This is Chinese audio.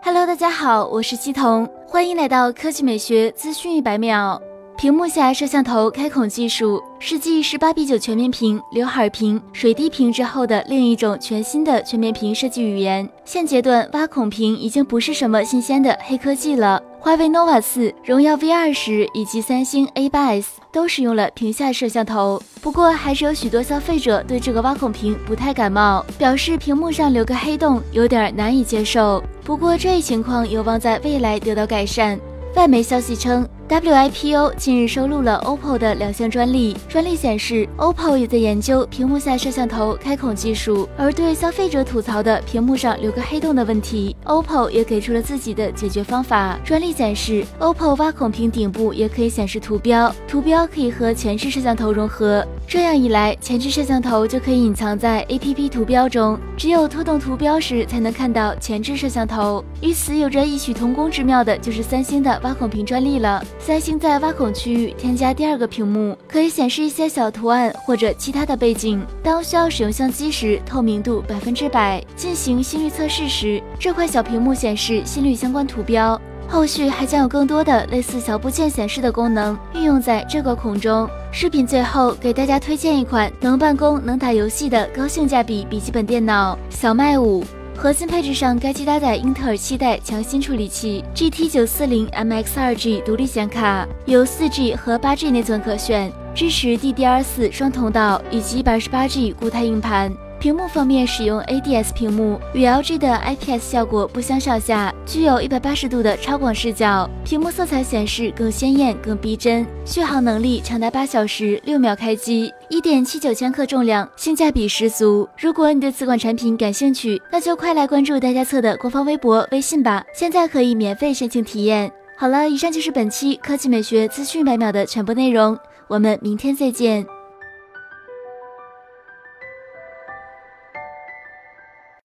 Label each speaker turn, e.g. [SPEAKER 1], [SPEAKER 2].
[SPEAKER 1] Hello， 大家好，我是西彤，欢迎来到科技美学资讯100秒。屏幕下摄像头开孔技术是继18:9全面屏、刘海屏、水滴屏之后的另一种全新的全面屏设计语言。现阶段挖孔屏已经不是什么新鲜的黑科技了。华为 nova 4、荣耀 V20 以及三星 A8S 都使用了屏下摄像头。不过，还是有许多消费者对这个挖孔屏不太感冒，表示屏幕上留个黑洞有点难以接受。不过，这一情况有望在未来得到改善。外媒消息称，WIPO 近日收录了 OPPO 的2项专利，专利显示 OPPO 也在研究屏幕下摄像头开孔技术。而对消费者吐槽的屏幕上留个黑洞的问题， OPPO 也给出了自己的解决方法。专利显示 OPPO 挖孔屏顶部也可以显示图标，图标可以和前置摄像头融合，这样一来，前置摄像头就可以隐藏在 APP 图标中，只有拖动图标时才能看到前置摄像头。与此有着异曲同工之妙的就是三星的挖孔屏专利了。三星在挖孔区域添加第二个屏幕，可以显示一些小图案或者其他的背景。当需要使用相机时，透明度100%。进行心率测试时，这块小屏幕显示心率相关图标。后续还将有更多的类似小部件显示的功能运用在这个孔中。视频最后给大家推荐一款能办公、能打游戏的高性价比笔记本电脑小麦5。核心配置上，该机搭载英特尔7代强心处理器 GT940MX2G 独立显卡，有 4G 和 8G 内存可选，支持 DDR4 双通道以及 128G 固态硬盘。屏幕方面使用 ADS 屏幕，与 LG 的 IPS 效果不相上下，具有180度的超广视角，屏幕色彩显示更鲜艳、更逼真，续航能力长达8小时6秒开机，1.79千克重量，性价比十足。如果你对此款产品感兴趣，那就快来关注大家测的官方微博、微信吧，现在可以免费申请体验。好了，以上就是本期科技美学资讯100秒的全部内容，我们明天再见。